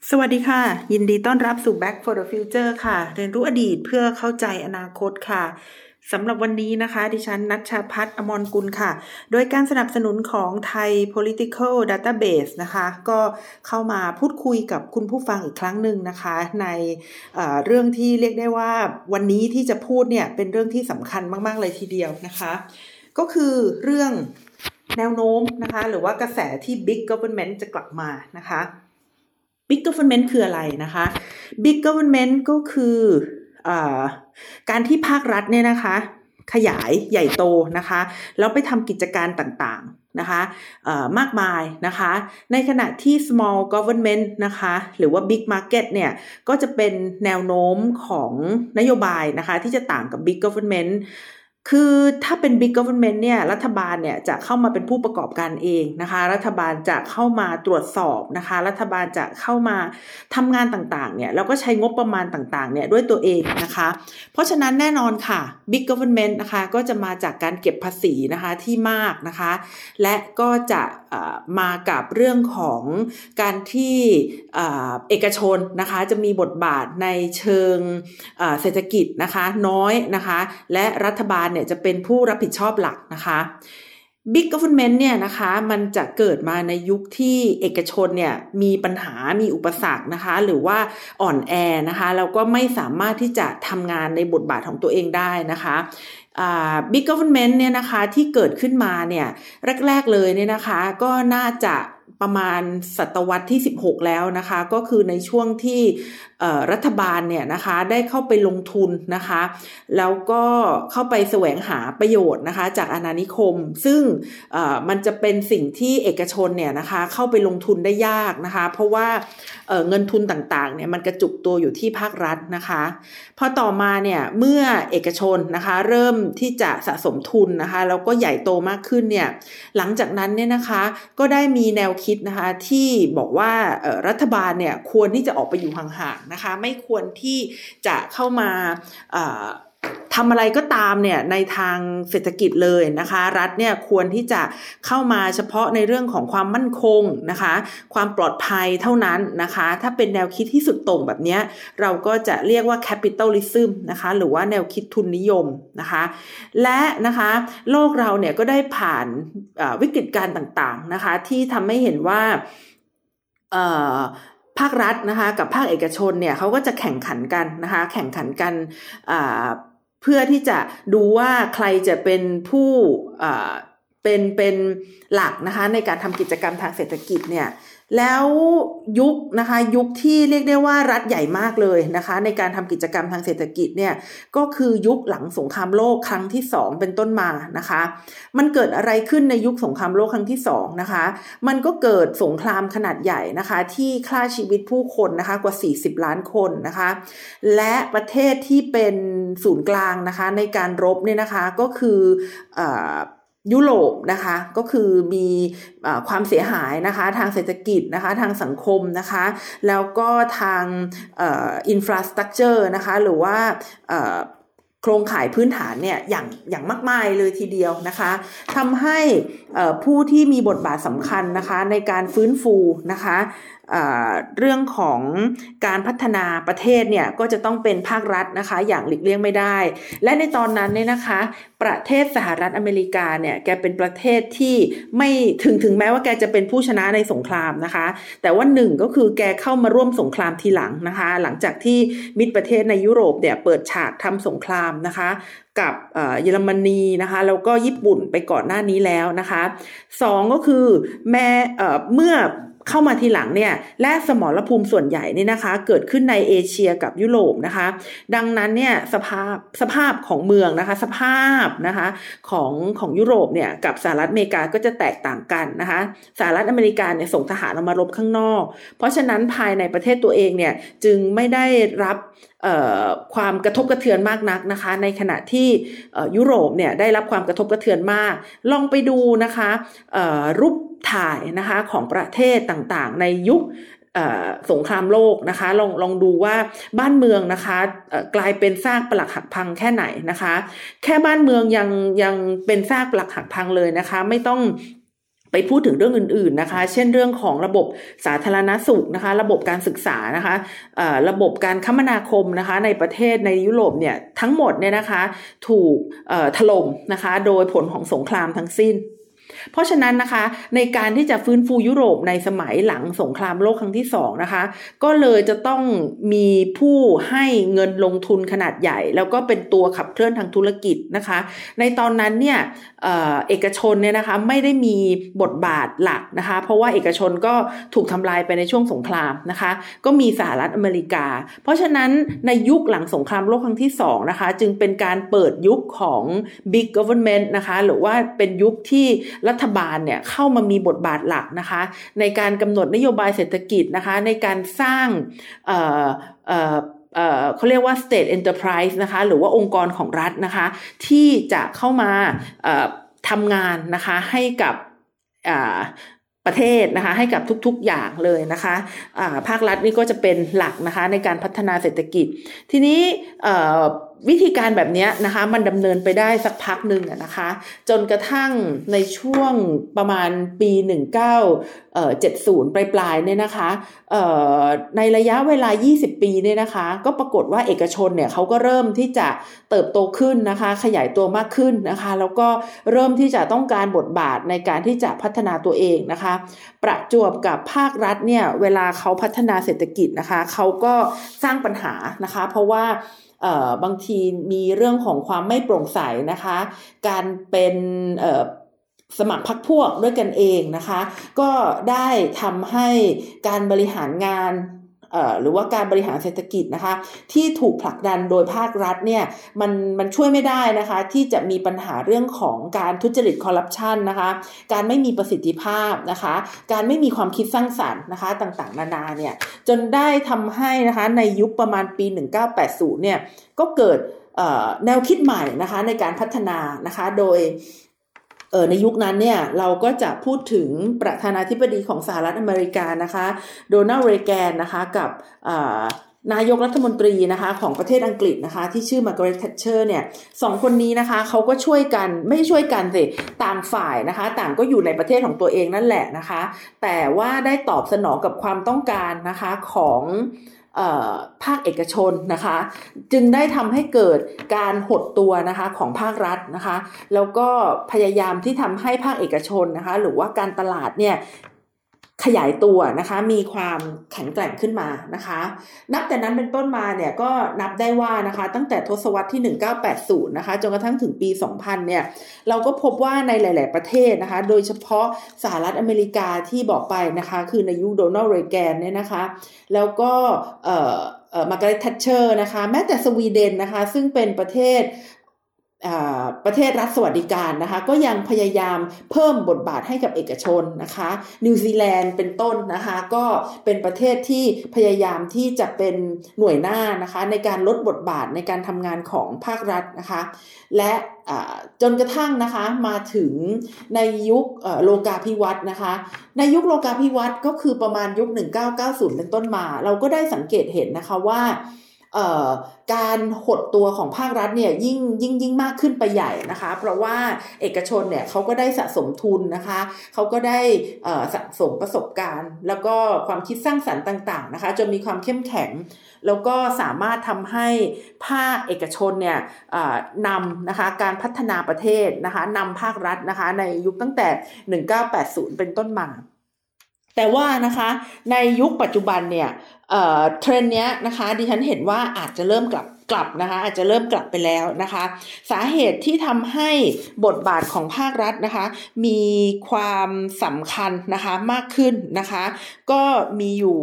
สวัสดีค่ะยินดีต้อนรับสู่ Back for the Future ค่ะเรียนรู้อดีตเพื่อเข้าใจอนาคตค่ะสำหรับวันนี้นะคะดิฉันณัชชาภัทร อมรกุลค่ะโดยการสนับสนุนของ Thai Political Database นะคะก็เข้ามาพูดคุยกับคุณผู้ฟังอีกครั้งหนึ่งนะคะในเรื่องที่เรียกได้ว่าวันนี้ที่จะพูดเนี่ยเป็นเรื่องที่สำคัญมากๆเลยทีเดียวนะคะก็คือเรื่องแนวโน้มนะคะหรือว่ากระแสที่ Big Government จะกลับมานะคะ Big Government คืออะไรนะคะ Big Government ก็คือการที่ภาครัฐเนี่ยนะคะขยายใหญ่โตนะคะแล้วไปทำกิจการต่างๆนะคะมากมายนะคะในขณะที่ small government นะคะหรือว่า big market เนี่ยก็จะเป็นแนวโน้มของนโยบายนะคะที่จะต่างกับ big governmentคือถ้าเป็น big government เนี่ยรัฐบาลเนี่ยจะเข้ามาเป็นผู้ประกอบการเองนะคะรัฐบาลจะเข้ามาตรวจสอบนะคะรัฐบาลจะเข้ามาทำงานต่างๆเนี่ยแล้วก็ใช้งบประมาณต่างๆเนี่ยด้วยตัวเองนะคะเพราะฉะนั้นแน่นอนค่ะ big government นะคะก็จะมาจากการเก็บภาษีนะคะที่มากนะคะและก็จะมากับเรื่องของการที่เอกชนนะคะจะมีบทบาทในเชิงเศรษฐกิจนะคะน้อยนะคะและรัฐบาลเนี่ยจะเป็นผู้รับผิดชอบหลักนะคะ Big Government เนี่ยนะคะมันจะเกิดมาในยุคที่เอกชนเนี่ยมีปัญหามีอุปสรรคนะคะหรือว่าอ่อนแอนะคะแล้วก็ไม่สามารถที่จะทำงานในบทบาทของตัวเองได้นะคะBig Government เนี่ยนะคะที่เกิดขึ้นมาเนี่ยแรกๆเลยเนี่ยนะคะก็น่าจะประมาณศตวรรษที่16แล้วนะคะก็คือในช่วงที่รัฐบาลเนี่ยนะคะได้เข้าไปลงทุนนะคะแล้วก็เข้าไปแสวงหาประโยชน์นะคะจากอาณานิคมซึ่งมันจะเป็นสิ่งที่เอกชนเนี่ยนะคะเข้าไปลงทุนได้ยากนะคะเพราะว่าเงินทุนต่างๆเนี่ยมันกระจุกตัวอยู่ที่ภาครัฐนะคะพอต่อมาเนี่ยเมื่อเอกชนนะคะเริ่มที่จะสะสมทุนนะคะแล้วก็ใหญ่โตมากขึ้นเนี่ยหลังจากนั้นเนี่ยนะคะก็ได้มีแนวคิดนะคะที่บอกว่ารัฐบาลเนี่ยควรที่จะออกไปอยู่ห่างๆนะคะไม่ควรที่จะเข้ามาทำอะไรก็ตามเนี่ยในทางเศรษฐกิจเลยนะคะรัฐเนี่ยควรที่จะเข้ามาเฉพาะในเรื่องของความมั่นคงนะคะความปลอดภัยเท่านั้นนะคะถ้าเป็นแนวคิดที่สุดโต่งแบบนี้เราก็จะเรียกว่า capitalism นะคะหรือว่าแนวคิดทุนนิยมนะคะและนะคะโลกเราเนี่ยก็ได้ผ่านวิกฤตการณ์ต่างๆนะคะที่ทำให้เห็นว่าภาครัฐนะคะกับภาคเอกชนเนี่ยเขาก็จะแข่งขันกันนะคะแข่งขันกันเพื่อที่จะดูว่าใครจะเป็นผู้เป็นหลักนะคะในการทำกิจกรรมทางเศรษฐกิจเนี่ยแล้วยุคนะคะยุคที่เรียกได้ว่ารัฐใหญ่มากเลยนะคะในการทำกิจกรรมทางเศรษฐกิจเนี่ยก็คือยุคหลังสงครามโลกครั้งที่2เป็นต้นมานะคะมันเกิดอะไรขึ้นในยุคสงครามโลกครั้งที่2นะคะมันก็เกิดสงครามขนาดใหญ่นะคะที่ฆ่าชีวิตผู้คนนะคะกว่า40ล้านคนนะคะและประเทศที่เป็นศูนย์กลางนะคะในการรบเนี่ยนะคะก็คือยุโรปนะคะก็คือมีความเสียหายนะคะทางเศรษฐกิจนะคะทางสังคมนะคะแล้วก็ทางinfrastructure นะคะหรือว่าโครงข่ายพื้นฐานเนี่ยอย่างมากมายเลยทีเดียวนะคะทำให้ผู้ที่มีบทบาทสำคัญนะคะในการฟื้นฟูนะคะเรื่องของการพัฒนาประเทศเนี่ยก็จะต้องเป็นภาครัฐนะคะอย่างหลีกเลี่ยงไม่ได้และในตอนนั้นเนี่ยนะคะประเทศสหรัฐอเมริกาเนี่ยแกเป็นประเทศที่ไม่ถึงแม้ว่าแกจะเป็นผู้ชนะในสงครามนะคะแต่ว่าหนึ่งก็คือแกเข้ามาร่วมสงครามทีหลังนะคะหลังจากที่มิตรประเทศในยุโรปเนี่ยเปิดฉากทำสงครามนะคะกับเยอรมนีนะคะแล้วก็ญี่ปุ่นไปก่อนหน้านี้แล้วนะคะสองก็คือเมื่อเข้ามาทีหลังเนี่ยและสมรภูมิส่วนใหญ่นี่นะคะเกิดขึ้นในเอเชียกับยุโรปนะคะดังนั้นเนี่ยสภาพของเมืองนะคะสภาพนะคะของยุโรปเนี่ยกับสหรัฐอเมริกาก็จะแตกต่างกันนะคะสหรัฐอเมริกาเนี่ยส่งทหารออกมารบข้างนอกเพราะฉะนั้นภายในประเทศตัวเองเนี่ยจึงไม่ได้รับความกระทบกระเทือนมากนักนะคะในขณะที่ยุโรปเนี่ยได้รับความกระทบกระเทือนมากลองไปดูนะคะรูปถ่ายนะคะของประเทศต่างๆในยุคสงครามโลกนะคะลองดูว่าบ้านเมืองนะคะกลายเป็นซากปรักหักพังแค่ไหนนะคะแค่บ้านเมืองยังเป็นซากปรักหักพังเลยนะคะไม่ต้องไปพูดถึงเรื่องอื่นๆนะคะเช่นเรื่องของระบบสาธารณสุขนะคะระบบการศึกษานะคะระบบการคมนาคมนะคะในประเทศในยุโรปเนี่ยทั้งหมดเนี่ยนะคะถูกถล่มนะคะโดยผลของสงครามทั้งสิ้นเพราะฉะนั้นนะคะในการที่จะฟื้นฟูยุโรปในสมัยหลังสงครามโลกครั้งที่2นะคะก็เลยจะต้องมีผู้ให้เงินลงทุนขนาดใหญ่แล้วก็เป็นตัวขับเคลื่อนทางธุรกิจนะคะในตอนนั้นเนี่ยเอกชนเนี่ยนะคะไม่ได้มีบทบาทหลักนะคะเพราะว่าเอกชนก็ถูกทำลายไปในช่วงสงครามนะคะก็มีสหรัฐอเมริกาเพราะฉะนั้นในยุคหลังสงครามโลกครั้งที่2นะคะจึงเป็นการเปิดยุคของ Big Government นะคะหรือว่าเป็นยุคที่รัฐบาลเนี่ยเข้ามามีบทบาทหลักนะคะในการกำหนดนโยบายเศรษฐกิจนะคะในการสร้างเขาเรียกว่า state enterprise นะคะหรือว่าองค์กรของรัฐนะคะที่จะเข้ามาทำงานนะคะให้กับประเทศนะคะให้กับทุกๆอย่างเลยนะคะภาครัฐนี่ก็จะเป็นหลักนะคะในการพัฒนาเศรษฐกิจทีนี้วิธีการแบบนี้นะคะมันดำเนินไปได้สักพักหนึ่งนะคะจนกระทั่งในช่วงประมาณปี1970ปลายๆเนี่ยนะคะในระยะเวลา20ปีเนี่ยนะคะก็ปรากฏว่าเอกชนเนี่ยเขาก็เริ่มที่จะเติบโตขึ้นนะคะขยายตัวมากขึ้นนะคะแล้วก็เริ่มที่จะต้องการบทบาทในการที่จะพัฒนาตัวเองนะคะประจวบกับภาครัฐเนี่ยเวลาเขาพัฒนาเศรษฐกิจนะคะเขาก็สร้างปัญหานะคะเพราะว่าบางทีมีเรื่องของความไม่โปร่งใสนะคะการเป็นสมัครพรรคพวกด้วยกันเองนะคะก็ได้ทำให้การบริหารงานหรือว่าการบริหารเศรษฐกิจนะคะที่ถูกผลักดันโดยภาครัฐเนี่ยมันช่วยไม่ได้นะคะที่จะมีปัญหาเรื่องของการทุจริตคอร์รัปชันนะคะการไม่มีประสิทธิภาพนะคะการไม่มีความคิดสร้างสรรค์นะคะต่างๆนานาเนี่ยจนได้ทำให้นะคะในยุคประมาณปี1980เนี่ยก็เกิดแนวคิดใหม่นะคะในการพัฒนานะคะโดยในยุคนั้นเนี่ยเราก็จะพูดถึงประธานาธิบดีของสหรัฐอเมริกานะคะโดนัลด์ เรแกนนะคะกับนายกรัฐมนตรีนะคะของประเทศอังกฤษนะคะที่ชื่อมาร์กาเร็ต แททเชอร์เนี่ย2คนนี้นะคะเขาก็ช่วยกันไม่ช่วยกันสิต่างฝ่ายนะคะต่างก็อยู่ในประเทศของตัวเองนั่นแหละนะคะแต่ว่าได้ตอบสนองกับความต้องการนะคะของภาคเอกชนนะคะจึงได้ทำให้เกิดการหดตัวนะคะของภาครัฐนะคะแล้วก็พยายามที่ทำให้ภาคเอกชนนะคะหรือว่าการตลาดเนี่ยขยายตัวนะคะมีความแข็งแกร่งขึ้นมานะคะนับแต่นั้นเป็นต้นมาเนี่ยก็นับได้ว่านะคะตั้งแต่ทศวรรษที่1980นะคะจนกระทั่งถึงปี2000เนี่ยเราก็พบว่าในหลายๆประเทศนะคะโดยเฉพาะสหรัฐอเมริกาที่บอกไปนะคะคือในยุคโดนัลด์ เรแกนเนี่ยนะคะแล้วก็มาร์กาเร็ต แททเชอร์นะคะแม้แต่สวีเดนนะคะซึ่งเป็นประเทศรัฐสวัสดิการนะคะก็ยังพยายามเพิ่มบทบาทให้กับเอกชนนะคะนิวซีแลนด์เป็นต้นนะคะก็เป็นประเทศที่พยายามที่จะเป็นหน่วยหน้านะคะในการลดบทบาทในการทำงานของภาครัฐนะคะและจนกระทั่งนะคะมาถึงในยุคโลกาภิวัตน์นะคะในยุคโลกาภิวัตน์ก็คือประมาณยุค1990เป็นต้นมาเราก็ได้สังเกตเห็นนะคะว่าการหดตัวของภาครัฐเนี่ยยิ่งมากขึ้นไปใหญ่นะคะเพราะว่าเอกชนเนี่ยเขาก็ได้สะสมทุนนะคะเขาก็ได้สะสมประสบการณ์แล้วก็ความคิดสร้างสรรค์ต่างๆนะคะจนมีความเข้มแข็งแล้วก็สามารถทำให้ภาคเอกชนเนี่ยนำนะคะการพัฒนาประเทศนะคะนำภาครัฐนะคะในยุคตั้งแต่1980เป็นต้นมาแต่ว่านะคะในยุคปัจจุบันเนี่ยเทรนด์เนี้ยนะคะดิฉันเห็นว่าอาจจะเริ่มกลับนะคะอาจจะเริ่มกลับไปแล้วนะคะสาเหตุที่ทำให้บทบาทของภาครัฐนะคะมีความสำคัญนะคะมากขึ้นนะคะก็มีอยู่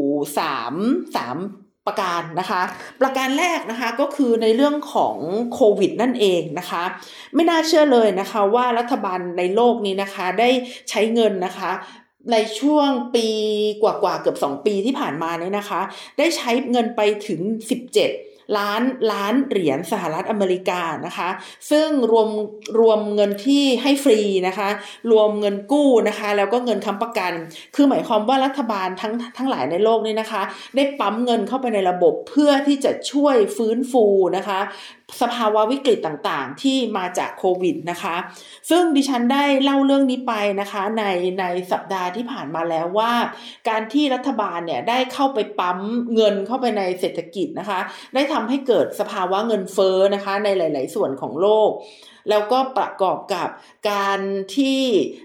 3ประการนะคะประการแรกนะคะก็คือในเรื่องของโควิดนั่นเองนะคะไม่น่าเชื่อเลยนะคะว่ารัฐบาลในโลกนี้นะคะได้ใช้เงินนะคะในช่วงปีกว่าเกือบ2ปีที่ผ่านมาเนี่ยนะคะได้ใช้เงินไปถึง17ล้านเหรียญสหรัฐอเมริกานะคะซึ่งรวมเงินที่ให้ฟรีนะคะรวมเงินกู้นะคะแล้วก็เงินค้ำประกันคือหมายความว่ารัฐบาลทั้งหลายในโลกนี้นะคะได้ปั๊มเงินเข้าไปในระบบเพื่อที่จะช่วยฟื้นฟูนะคะสภาวะวิกฤตต่างๆที่มาจากโควิดนะคะซึ่งดิฉันได้เล่าเรื่องนี้ไปนะคะในสัปดาห์ที่ผ่านมาแล้วว่าการที่รัฐบาลเนี่ยได้เข้าไปปั๊มเงินเข้าไปในเศรษฐกิจนะคะได้ทำให้เกิดสภาวะเงินเฟ้อนะคะในหลายๆส่วนของโลกแล้วก็ประกอบกับการที่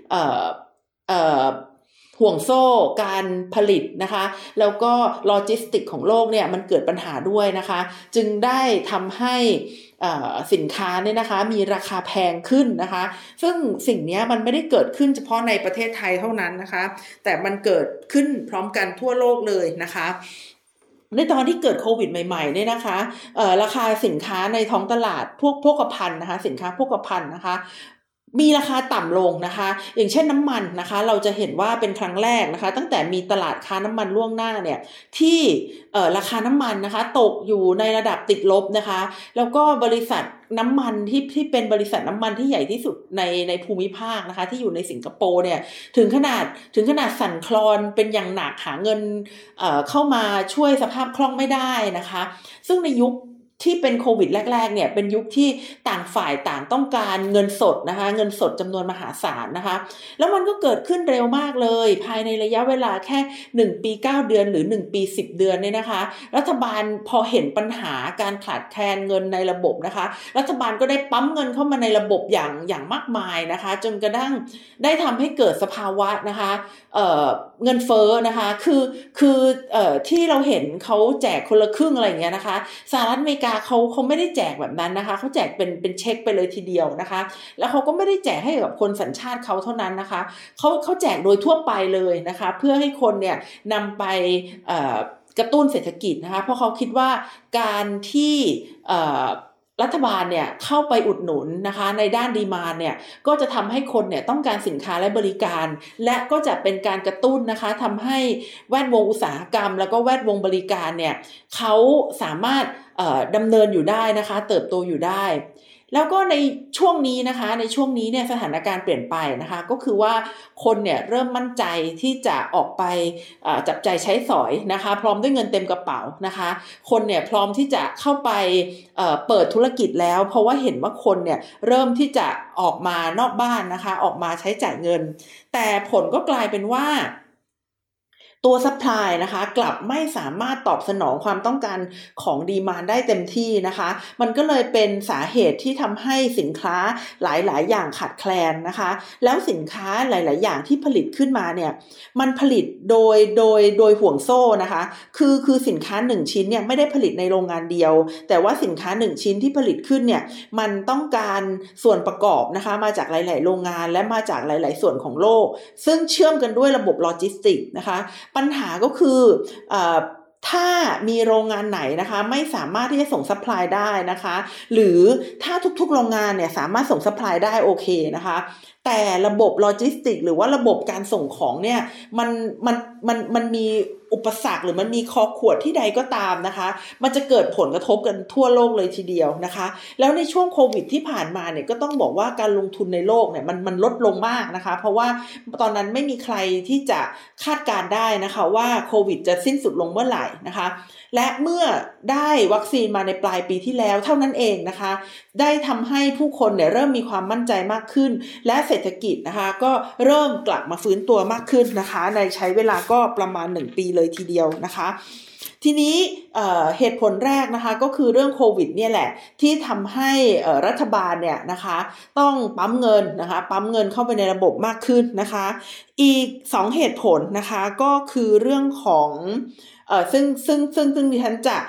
ห่วงโซ่การผลิตนะคะแล้วก็โลจิสติกของโลกเนี่ยมันเกิดปัญหาด้วยนะคะจึงได้ทำให้สินค้าเนี่ยนะคะมีราคาแพงขึ้นนะคะซึ่งสิ่งนี้มันไม่ได้เกิดขึ้นเฉพาะในประเทศไทยเท่านั้นนะคะแต่มันเกิดขึ้นพร้อมกันทั่วโลกเลยนะคะในตอนที่เกิดโควิดใหม่ๆเนี่ยนะคะราคาสินค้าในท้องตลาดพวกโภคภัณฑ์นะคะสินค้าโภคภัณฑ์นะคะมีราคาต่ำลงนะคะอย่างเช่นน้ำมันนะคะเราจะเห็นว่าเป็นครั้งแรกนะคะตั้งแต่มีตลาดค้าน้ำมันล่วงหน้าเนี่ยที่ราคาน้ำมันนะคะตกอยู่ในระดับติดลบนะคะแล้วก็บริษัทน้ำมันที่เป็นบริษัทน้ำมันที่ใหญ่ที่สุดในภูมิภาคนะคะที่อยู่ในสิงคโปร์เนี่ยถึงขนาดสั่นคลอนเป็นอย่างหนักหาเงินเข้ามาช่วยสภาพคล่องไม่ได้นะคะซึ่งในยุคที่เป็นโควิดแรกๆเนี่ยเป็นยุคที่ต่างฝ่ายต่างต้องการเงินสดนะคะเงินสดจำนวนมหาศาลนะคะแล้วมันก็เกิดขึ้นเร็วมากเลยภายในระยะเวลาแค่1ปี9เดือนหรือ1ปี10เดือนเนี่ยนะคะรัฐบาลพอเห็นปัญหาการขาดแคลนเงินในระบบนะคะรัฐบาลก็ได้ปั๊มเงินเข้ามาในระบบอย่างมากมายนะคะจนกระทั่งได้ทำให้เกิดสภาวะนะคะเงินเฟ้อนะคะคือที่เราเห็นเขาแจกคนละครึ่งอะไรอย่างเงี้ยนะคะสหรัฐอเมริกาเขาไม่ได้แจกแบบนั้นนะคะเขาแจกเป็นเช็คไปเลยทีเดียวนะคะแล้วเขาก็ไม่ได้แจกให้กับคนสัญชาติเขาเท่านั้นนะคะเขาแจกโดยทั่วไปเลยนะคะเพื่อให้คนเนี่ยนำไปกระตุ้นเศรษฐกิจนะคะเพราะเขาคิดว่าการที่รัฐบาลเนี่ยเข้าไปอุดหนุนนะคะในด้านดีมานด์เนี่ยก็จะทำให้คนเนี่ยต้องการสินค้าและบริการและก็จะเป็นการกระตุ้นนะคะทำให้แวดวงอุตสาหกรรมแล้วก็แวดวงบริการเนี่ยเขาสามารถดำเนินอยู่ได้นะคะเติบโตอยู่ได้แล้วก็ในช่วงนี้นะคะในช่วงนี้เนี่ยสถานการณ์เปลี่ยนไปนะคะก็คือว่าคนเนี่ยเริ่มมั่นใจที่จะออกไปจับจ่ายใช้สอยนะคะพร้อมด้วยเงินเต็มกระเป๋านะคะคนเนี่ยพร้อมที่จะเข้าไปเปิดธุรกิจแล้วเพราะว่าเห็นว่าคนเนี่ยเริ่มที่จะออกมานอกบ้านนะคะออกมาใช้จ่ายเงินแต่ผลก็กลายเป็นว่าตัวซัพพลายนะคะกลับไม่สามารถตอบสนองความต้องการของดีมานด์ได้เต็มที่นะคะมันก็เลยเป็นสาเหตุที่ทำให้สินค้าหลายๆอย่างขาดแคลนนะคะแล้วสินค้าหลายๆอย่างที่ผลิตขึ้นมาเนี่ยมันผลิตโดยห่วงโซ่นะคะคือสินค้า1ชิ้นเนี่ยไม่ได้ผลิตในโรงงานเดียวแต่ว่าสินค้า1ชิ้นที่ผลิตขึ้นเนี่ยมันต้องการส่วนประกอบนะคะมาจากหลายๆโรงงานและมาจากหลายๆส่วนของโลกซึ่งเชื่อมกันด้วยระบบโลจิสติกนะคะปัญหาก็คือถ้ามีโรงงานไหนนะคะไม่สามารถที่จะส่งซัพพลายได้นะคะหรือถ้าทุกๆโรงงานเนี่ยสามารถส่งซัพพลายได้โอเคนะคะแต่ระบบโลจิสติกหรือว่าระบบการส่งของเนี่ยมันมีอุปสรรคหรือมันมีคอขวดที่ใดก็ตามนะคะมันจะเกิดผลกระทบกันทั่วโลกเลยทีเดียวนะคะแล้วในช่วงโควิดที่ผ่านมาเนี่ยก็ต้องบอกว่าการลงทุนในโลกเนี่ยมันลดลงมากนะคะเพราะว่าตอนนั้นไม่มีใครที่จะคาดการได้นะคะว่าโควิดจะสิ้นสุดลงเมื่อไหร่นะคะและเมื่อได้วัคซีนมาในปลายปีที่แล้วเท่านั้นเองนะคะได้ทำให้ผู้คนเนี่ยเริ่มมีความมั่นใจมากขึ้นและเศรษฐกิจนะคะก็เริ่มกลับมาฟื้นตัวมากขึ้นนะคะในใช้เวลาก็ประมาณ1ปีเลยทีเดียวนะคะทีนี้เหตุผลแรกนะคะก็คือเรื่องโควิดเนี่ยแหละที่ทำให้รัฐบาลเนี่ยนะคะต้องปั๊มเงินนะคะปั๊มเงินเข้าไปในระบบมากขึ้นนะคะอีก2เหตุผลนะคะก็คือเรื่องของซึ่งดิฉันจะ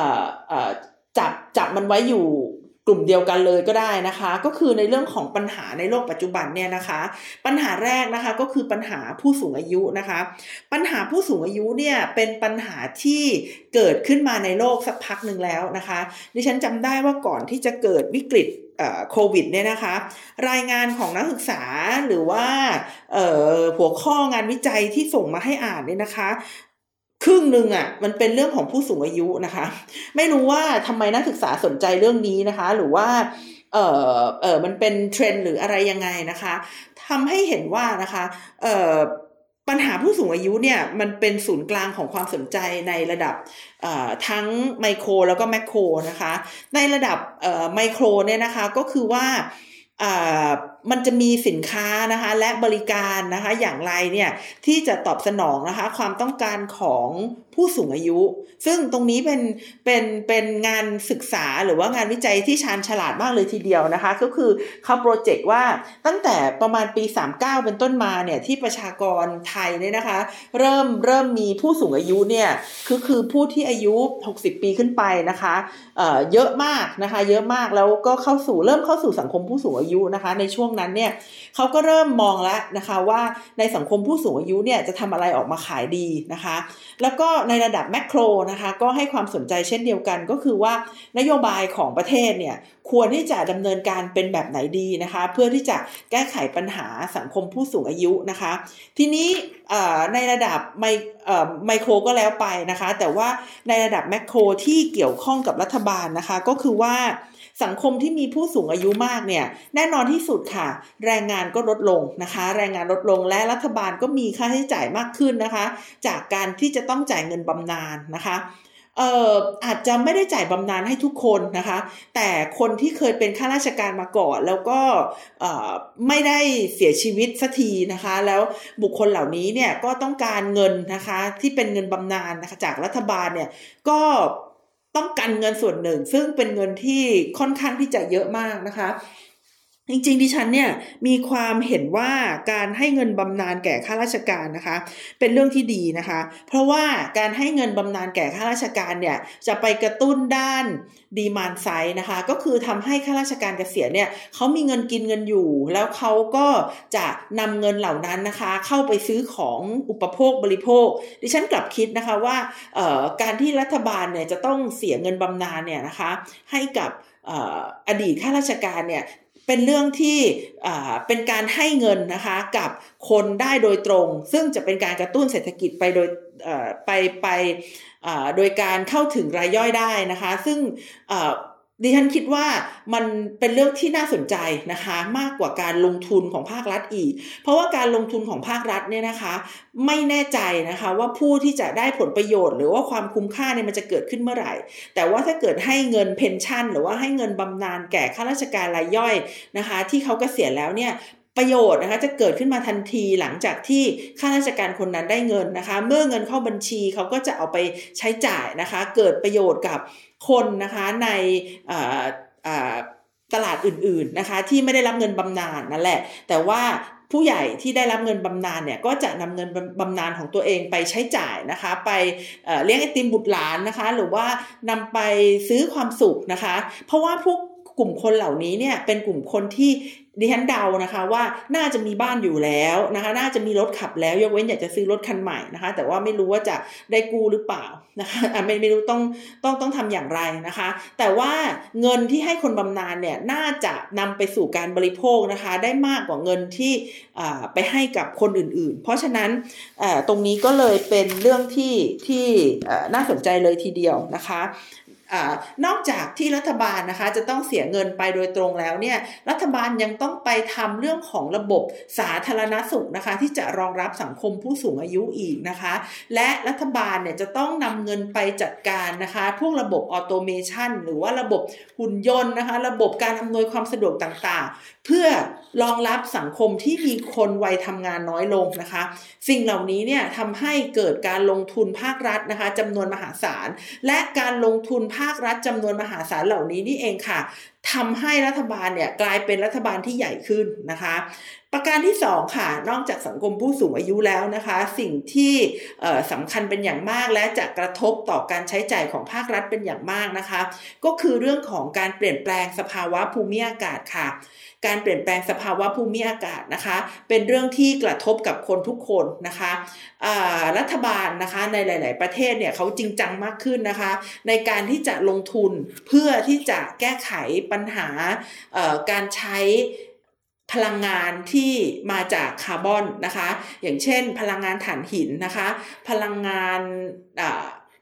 จับมันไว้อยู่กลุ่มเดียวกันเลยก็ได้นะคะก็คือในเรื่องของปัญหาในโลกปัจจุบันเนี่ยนะคะปัญหาแรกนะคะก็คือปัญหาผู้สูงอายุนะคะปัญหาผู้สูงอายุเนี่ยเป็นปัญหาที่เกิดขึ้นมาในโลกสักพักหนึ่งแล้วนะคะดิฉันจำได้ว่าก่อนที่จะเกิดวิกฤตโควิดเนี่ยนะคะรายงานของนักศึกษาหรือว่าหัวข้องานวิจัยที่ส่งมาให้อ่านเนี่ยนะคะครึ่งนึงอ่ะมันเป็นเรื่องของผู้สูงอายุนะคะไม่รู้ว่าทำไมนักศึกษาสนใจเรื่องนี้นะคะหรือว่ามันเป็นเทรนด์หรืออะไรยังไงนะคะทำให้เห็นว่านะคะปัญหาผู้สูงอายุเนี่ยมันเป็นศูนย์กลางของความสนใจในระดับทั้งไมโครแล้วก็แมคโครนะคะในระดับไมโครเนี่ยนะคะก็คือว่ามันจะมีสินค้านะคะและบริการนะคะอย่างไรเนี่ยที่จะตอบสนองนะคะความต้องการของผู้สูงอายุซึ่งตรงนี้เป็นงานศึกษาหรือว่างานวิจัยที่ชาญฉลาดมากเลยทีเดียวนะคะก็คือเขาโปรเจกต์ว่าตั้งแต่ประมาณปี39เป็นต้นมาเนี่ยที่ประชากรไทยเนี่ยนะคะเริ่มมีผู้สูงอายุเนี่ยคือผู้ที่อายุ60ปีขึ้นไปนะคะเยอะมากนะคะเยอะมากแล้วก็เริ่มเข้าสู่สังคมผู้สูงอายุนะคะในช่วงนั้นเนี่ยเขาก็เริ่มมองแล้วนะคะว่าในสังคมผู้สูงอายุเนี่ยจะทำอะไรออกมาขายดีนะคะแล้วก็ในระดับแมคโครนะคะก็ให้ความสนใจเช่นเดียวกันก็คือว่านโยบายของประเทศเนี่ยควรที่จะดำเนินการเป็นแบบไหนดีนะคะเพื่อที่จะแก้ไขปัญหาสังคมผู้สูงอายุนะคะทีนี้ในระดับไมโครก็แล้วไปนะคะแต่ว่าในระดับแมคโครที่เกี่ยวข้องกับรัฐบาลนะคะก็คือว่าสังคมที่มีผู้สูงอายุมากเนี่ยแน่นอนที่สุดค่ะแรงงานก็ลดลงนะคะแรงงานลดลงและรัฐบาลก็มีค่าใช้จ่ายมากขึ้นนะคะจากการที่จะต้องจ่ายเงินบำนาญนะคะอาจจะไม่ได้จ่ายบำนาญให้ทุกคนนะคะแต่คนที่เคยเป็นข้าราชการมาก่อนแล้วก็ไม่ได้เสียชีวิตสักทีนะคะแล้วบุคคลเหล่านี้เนี่ยก็ต้องการเงินนะคะที่เป็นเงินบำนาญนะคะจากรัฐบาลเนี่ยก็ต้องการเงินส่วนหนึ่งซึ่งเป็นเงินที่ค่อนข้างที่จะเยอะมากนะคะจริงๆดิฉันเนี่ยมีความเห็นว่าการให้เงินบำนาญแก่ข้าราชการนะคะเป็นเรื่องที่ดีนะคะเพราะว่าการให้เงินบำนาญแก่ข้าราชการเนี่ยจะไปกระตุ้นด้านดีมานด์ไซด์นะคะก็คือทำให้ข้าราชการเกษียณเนี่ยเขามีเงินกินเงินอยู่แล้วเขาก็จะนำเงินเหล่านั้นนะคะเข้าไปซื้อของอุปโภคบริโภคดิฉันกลับคิดนะคะว่าการที่รัฐบาลเนี่ยจะต้องเสียเงินบำนาญเนี่ยนะคะให้กับอดีตข้าราชการเนี่ยเป็นเรื่องที่เป็นการให้เงินนะคะกับคนได้โดยตรงซึ่งจะเป็นการกระตุ้นเศรษฐกิจไปโดยโดยการเข้าถึงรายย่อยได้นะคะซึ่งดิฉันคิดว่ามันเป็นเรื่องที่น่าสนใจนะคะมากกว่าการลงทุนของภาครัฐอีกเพราะว่าการลงทุนของภาครัฐเนี่ยนะคะไม่แน่ใจนะคะว่าผู้ที่จะได้ผลประโยชน์หรือว่าความคุ้มค่าเนี่ยมันจะเกิดขึ้นเมื่อไหร่แต่ว่าถ้าเกิดให้เงินเพนชั่นหรือว่าให้เงินบำนาญแก่ข้าราชการรายย่อยนะคะที่เขาเกษียณแล้วเนี่ยประโยชน์นะคะจะเกิดขึ้นมาทันทีหลังจากที่ข้าราชการคนนั้นได้เงินนะคะเมื่อเงินเข้าบัญชีเขาก็จะเอาไปใช้จ่ายนะคะเกิดประโยชน์กับคนนะคะในตลาดอื่นๆนะคะที่ไม่ได้รับเงินบำนาญนั่นแหละแต่ว่าผู้ใหญ่ที่ได้รับเงินบำนาญเนี่ยก็จะนำเงินบำนาญของตัวเองไปใช้จ่ายนะคะไปเลี้ยงไอติมบุตรหลานนะคะหรือว่านำไปซื้อความสุขนะคะเพราะว่าพวกกลุ่มคนเหล่านี้เนี่ยเป็นกลุ่มคนที่ดิฉันเดานะคะว่าน่าจะมีบ้านอยู่แล้วนะคะน่าจะมีรถขับแล้วยกเว้นอยากจะซื้อรถคันใหม่นะคะแต่ว่าไม่รู้ว่าจะได้กู้หรือเปล่านะคะไม่รู้ต้องทำอย่างไรนะคะแต่ว่าเงินที่ให้คนบำนาญเนี่ยน่าจะนำไปสู่การบริโภคนะคะได้มากกว่าเงินที่ไปให้กับคนอื่นๆเพราะฉะนั้นตรงนี้ก็เลยเป็นเรื่องที่น่าสนใจเลยทีเดียวนะคะนอกจากที่รัฐบาลนะคะจะต้องเสียเงินไปโดยตรงแล้วเนี่ยรัฐบาลยังต้องไปทำเรื่องของระบบสาธารณสุขนะคะที่จะรองรับสังคมผู้สูงอายุอีกนะคะและรัฐบาลเนี่ยจะต้องนำเงินไปจัดการนะคะพวกระบบออโตเมชันหรือว่าระบบหุ่นยนต์นะคะระบบการอำนวยความสะดวกต่างๆเพื่อรองรับสังคมที่มีคนวัยทำงานน้อยลงนะคะสิ่งเหล่านี้เนี่ยทำให้เกิดการลงทุนภาครัฐนะคะจำนวนมหาศาลและการลงทุนภาครัฐจำนวนมหาศาลเหล่านี้นี่เองค่ะทำให้รัฐบาลเนี่ยกลายเป็นรัฐบาลที่ใหญ่ขึ้นนะคะประการที่2ค่ะนอกจากสังคมผู้สูงอายุแล้วนะคะสิ่งที่สำคัญเป็นอย่างมากและจะกระทบต่อการใช้จ่ายของภาครัฐเป็นอย่างมากนะคะก็คือเรื่องของการเปลี่ยนแปลงสภาวะภูมิอากาศค่ะการเปลี่ยนแปลงสภาวะภูมิอากาศนะคะเป็นเรื่องที่กระทบกับคนทุกคนนะคะรัฐบาลนะคะในหลายๆประเทศเนี่ยเขาจริงจังมากขึ้นนะคะในการที่จะลงทุนเพื่อที่จะแก้ไขปัญหาการใช้พลังงานที่มาจากคาร์บอนนะคะอย่างเช่นพลังงานถ่านหินนะคะพลังงาน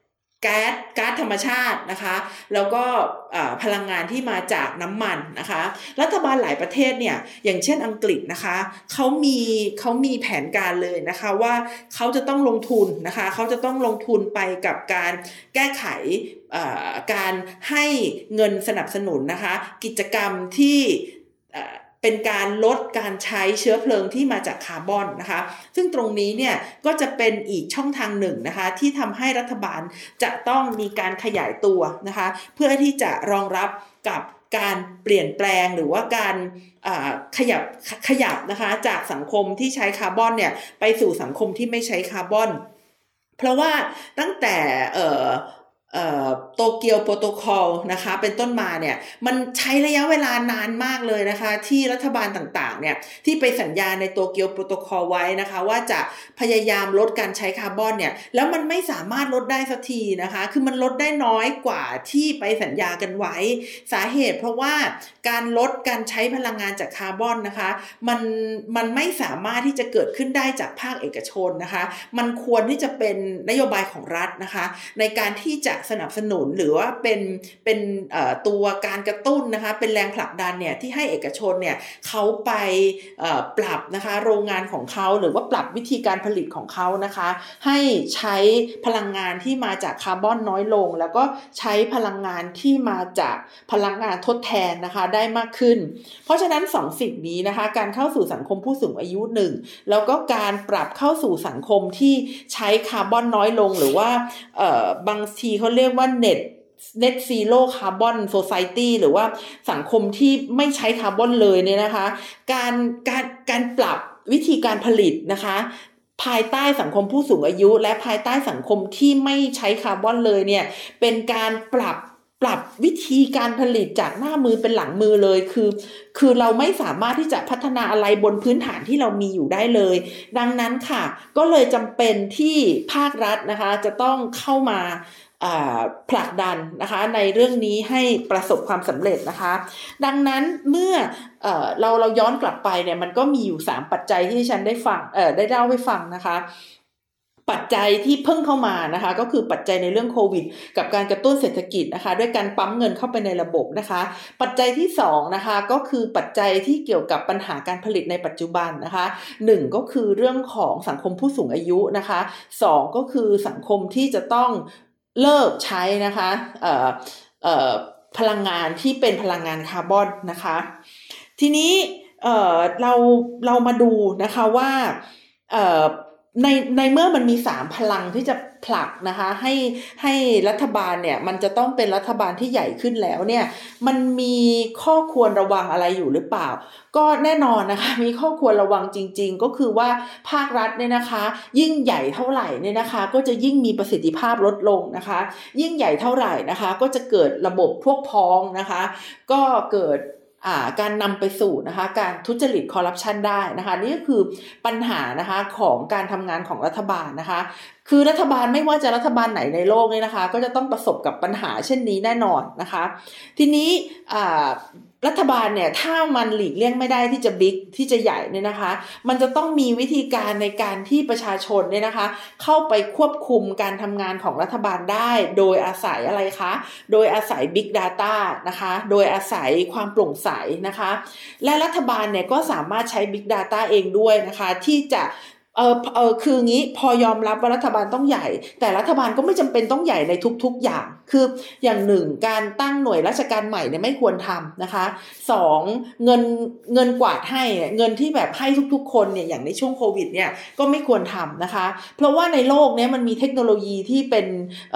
ก๊าซธรรมชาตินะคะแล้วก็พลังงานที่มาจากน้ำมันนะคะรัฐบาลหลายประเทศเนี่ยอย่างเช่นอังกฤษนะคะเขามีแผนการเลยนะคะว่าเขาจะต้องลงทุนนะคะเขาจะต้องลงทุนไปกับการแก้ไขการให้เงินสนับสนุนนะคะกิจกรรมที่เป็นการลดการใช้เชื้อเพลิงที่มาจากคาร์บอนนะคะซึ่งตรงนี้เนี่ยก็จะเป็นอีกช่องทางหนึ่งนะคะที่ทำให้รัฐบาลจะต้องมีการขยายตัวนะคะเพื่อที่จะรองรับกับการเปลี่ยนแปลงหรือว่าการขยับนะคะจากสังคมที่ใช้คาร์บอนเนี่ยไปสู่สังคมที่ไม่ใช้คาร์บอนเพราะว่าตั้งแต่โตเกียวโปรโตคอลนะคะเป็นต้นมาเนี่ยมันใช้ระยะเวลานานมากเลยนะคะที่รัฐบาลต่างๆเนี่ยที่ไปสัญญาในโตเกียวโปรโตคอลไว้นะคะว่าจะพยายามลดการใช้คาร์บอนเนี่ยแล้วมันไม่สามารถลดได้สักทีนะคะคือมันลดได้น้อยกว่าที่ไปสัญญากันไว้สาเหตุเพราะว่าการลดการใช้พลังงานจากคาร์บอนนะคะมันไม่สามารถที่จะเกิดขึ้นได้จากภาคเอกชนนะคะมันควรที่จะเป็นนโยบายของรัฐนะคะในการที่จะสนับสนุนหรือว่าเป็นตัวการกระตุ้นนะคะเป็นแรงผลักดันเนี่ยที่ให้เอกชนเนี่ยเขาไปปรับนะคะโรงงานของเขาหรือว่าปรับวิธีการผลิตของเขานะคะให้ใช้พลังงานที่มาจากคาร์บอนน้อยลงแล้วก็ใช้พลังงานที่มาจากพลังงานทดแทนนะคะได้มากขึ้นเพราะฉะนั้น2สิ่งนี้นะคะการเข้าสู่สังคมผู้สูงอายุ1แล้วก็การปรับเข้าสู่สังคมที่ใช้คาร์บอนน้อยลงหรือว่าบางทีเขาเรียกว่าNet Zero Carbon Society หรือว่าสังคมที่ไม่ใช้คาร์บอนเลยเนี่ยนะคะการปรับวิธีการผลิตนะคะภายใต้สังคมผู้สูงอายุและภายใต้สังคมที่ไม่ใช้คาร์บอนเลยเนี่ยเป็นการปรับวิธีการผลิตจากหน้ามือเป็นหลังมือเลยคือเราไม่สามารถที่จะพัฒนาอะไรบนพื้นฐานที่เรามีอยู่ได้เลยดังนั้นค่ะก็เลยจำเป็นที่ภาครัฐนะคะจะต้องเข้ามาผลักดันนะคะในเรื่องนี้ให้ประสบความสำเร็จนะคะดังนั้นเมื่อเราย้อนกลับไปเนี่ยมันก็มีอยู่3ปัจจัยที่ฉันได้ฟังได้เล่าให้ฟังนะคะปัจจัยที่เพิ่งเข้ามานะคะก็คือปัจจัยในเรื่องโควิดกับการกระตุ้นเศรษฐกิจนะคะด้วยการปั๊มเงินเข้าไปในระบบนะคะปัจจัยที่2นะคะก็คือปัจจัยที่เกี่ยวกับปัญหาการผลิตในปัจจุบันนะคะ1ก็คือเรื่องของสังคมผู้สูงอายุนะคะ2ก็คือสังคมที่จะต้องเลิกใช้นะคะพลังงานที่เป็นพลังงานคาร์บอนนะคะทีนี้เรามาดูนะคะว่าในเมื่อมันมี3พลังที่จะผลักนะคะให้รัฐบาลเนี่ยมันจะต้องเป็นรัฐบาลที่ใหญ่ขึ้นแล้วเนี่ยมันมีข้อควรระวังอะไรอยู่หรือเปล่าก็แน่นอนนะคะมีข้อควรระวังจริงๆก็คือว่าภาครัฐเนี่ยนะคะยิ่งใหญ่เท่าไหร่เนี่ยนะคะก็จะยิ่งมีประสิทธิภาพลดลงนะคะยิ่งใหญ่เท่าไหร่นะคะก็จะเกิดระบบพวกพ้องนะคะก็เกิดการนำไปสู่นะคะการทุจริตคอร์รัปชันได้นะคะนี่ก็คือปัญหานะคะของการทำงานของรัฐบาลนะคะคือรัฐบาลไม่ว่าจะรัฐบาลไหนในโลกเนี่ยนะคะก็จะต้องประสบกับปัญหาเช่นนี้แน่นอนนะคะทีนี้รัฐบาลเนี่ยถ้ามันหลีกเลี่ยงไม่ได้ที่จะบิ๊กที่จะใหญ่เนี่ยนะคะมันจะต้องมีวิธีการในการที่ประชาชนเนี่ยนะคะเข้าไปควบคุมการทำงานของรัฐบาลได้โดยอาศัยอะไรคะโดยอาศัย Big Data นะคะโดยอาศัยความโปร่งใสนะคะและรัฐบาลเนี่ยก็สามารถใช้ Big Data เองด้วยนะคะที่จะคืองี้พอยอมรับว่ารัฐบาลต้องใหญ่แต่รัฐบาลก็ไม่จำเป็นต้องใหญ่ในทุกๆอย่างคืออย่าง1การตั้งหน่วยราชการใหม่เนี่ยไม่ควรทำนะคะ2เงินกวาดให้เงินที่แบบให้ทุกๆคนเนี่ยอย่างในช่วงโควิดเนี่ยก็ไม่ควรทำนะคะเพราะว่าในโลกนี้มันมีเทคโนโลยีที่เป็น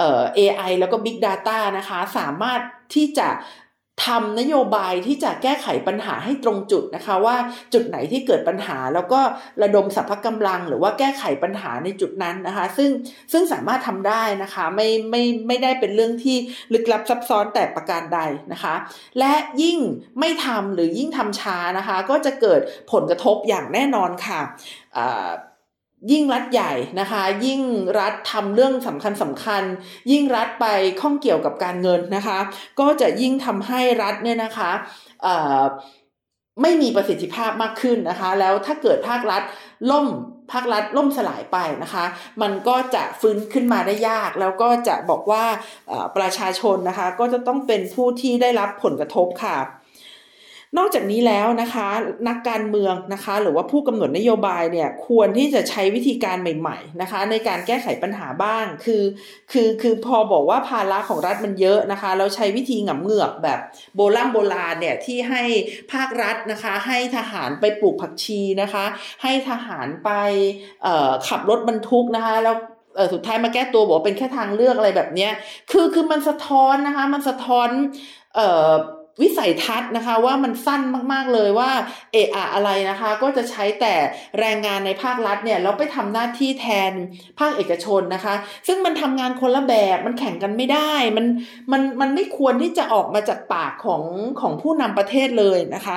AI แล้วก็ Big Data นะคะสามารถที่จะทำนโยบายที่จะแก้ไขปัญหาให้ตรงจุดนะคะว่าจุดไหนที่เกิดปัญหาแล้วก็ระดมสรรพกำลังหรือว่าแก้ไขปัญหาในจุดนั้นนะคะซึ่งสามารถทำได้นะคะไม่ได้เป็นเรื่องที่ลึกลับซับซ้อนแต่ประการใดนะคะและยิ่งไม่ทำหรือยิ่งทำช้านะคะก็จะเกิดผลกระทบอย่างแน่นอนค่ะยิ่งรัฐใหญ่นะคะยิ่งรัฐทำเรื่องสำคัญยิ่งรัฐไปข้องเกี่ยวกับการเงินนะคะก็จะยิ่งทำให้รัฐเนี่ยนะคะไม่มีประสิทธิภาพมากขึ้นนะคะแล้วถ้าเกิดภาครัฐล่มภาครัฐล่มสลายไปนะคะมันก็จะฟื้นขึ้นมาได้ยากแล้วก็จะบอกว่าประชาชนนะคะก็จะต้องเป็นผู้ที่ได้รับผลกระทบค่ะนอกจากนี้แล้วนะคะนักการเมืองนะคะหรือว่าผู้กำหนดนโยบายเนี่ยควรที่จะใช้วิธีการใหม่ๆนะคะในการแก้ไขปัญหาบ้างคือพอบอกว่าภาระของรัฐมันเยอะนะคะแล้วใช้วิธีหงำเหงือกแบบโบราณเนี่ยที่ให้ภาครัฐนะคะให้ทหารไปปลูกผักชีนะคะให้ทหารไปขับรถบรรทุกนะคะแล้วสุดท้ายมาแก้ตัวบอกเป็นแค่ทางเลือกอะไรแบบเนี้ยคือมันสะท้อนนะคะมันสะท้อนวิสัยทัศน์นะคะว่ามันสั้นมากๆเลยว่าอะไรนะคะก็จะใช้แต่แรงงานในภาครัฐเนี่ยแล้วไปทำหน้าที่แทนภาคเอกชนนะคะซึ่งมันทำงานคนละแบบมันแข่งกันไม่ได้มันไม่ควรที่จะออกมาจากปากของผู้นำประเทศเลยนะคะ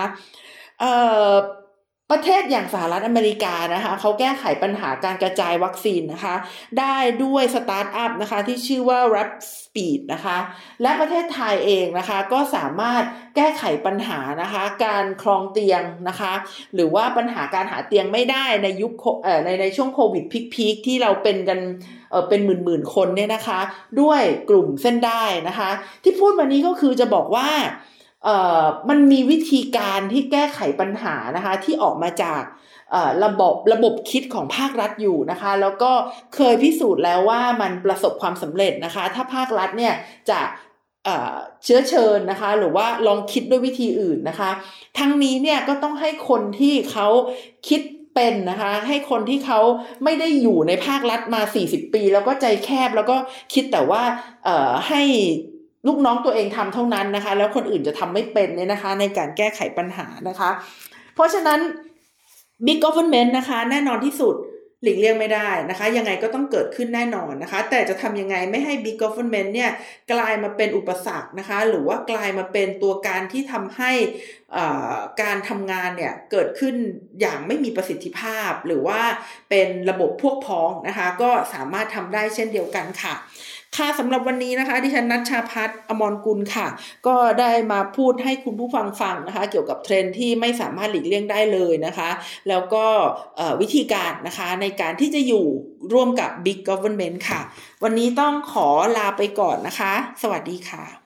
ประเทศอย่างสหรัฐอเมริกานะคะเขาแก้ไขปัญหาการกระจายวัคซีนนะคะได้ด้วยสตาร์ทอัพนะคะที่ชื่อว่า Rapspeed นะคะและประเทศไทยเองนะคะก็สามารถแก้ไขปัญหานะคะการครองเตียงนะคะหรือว่าปัญหาการหาเตียงไม่ได้ในยุคในช่วงโควิดพีคที่เราเป็นกันเป็นหมื่นคนเนี่ยนะคะด้วยกลุ่มเส้นได้นะคะที่พูดมานี้ก็คือจะบอกว่ามันมีวิธีการที่แก้ไขปัญหานะคะที่ออกมาจากระบบคิดของภาครัฐอยู่นะคะแล้วก็เคยพิสูจน์แล้วว่ามันประสบความสำเร็จนะคะถ้าภาครัฐเนี่ยจะเชื้อเชิญนะคะหรือว่าลองคิดด้วยวิธีอื่นนะคะทั้งนี้เนี่ยก็ต้องให้คนที่เขาคิดเป็นนะคะให้คนที่เขาไม่ได้อยู่ในภาครัฐมา40 ปีแล้วก็ใจแคบแล้วก็คิดแต่ว่าให้ลูกน้องตัวเองทำเท่านั้นนะคะแล้วคนอื่นจะทำไม่เป็นเนี่ยนะคะในการแก้ไขปัญหานะคะเพราะฉะนั้น Big Government นะคะแน่นอนที่สุดหลีกเลี่ยงไม่ได้นะคะยังไงก็ต้องเกิดขึ้นแน่นอนนะคะแต่จะทำยังไงไม่ให้ Big Government เนี่ยกลายมาเป็นอุปสรรคนะคะหรือว่ากลายมาเป็นตัวการที่ทำให้การทำงานเนี่ยเกิดขึ้นอย่างไม่มีประสิทธิภาพหรือว่าเป็นระบบพวกพ้องนะคะก็สามารถทำได้เช่นเดียวกันค่ะสำหรับวันนี้นะคะดิฉันณัชชาภัทร อมรกุลค่ะก็ได้มาพูดให้คุณผู้ฟังฟังนะคะเกี่ยวกับเทรนด์ที่ไม่สามารถหลีกเลี่ยงได้เลยนะคะแล้วก็วิธีการนะคะในการที่จะอยู่ร่วมกับ Big Government ค่ะวันนี้ต้องขอลาไปก่อนนะคะสวัสดีค่ะ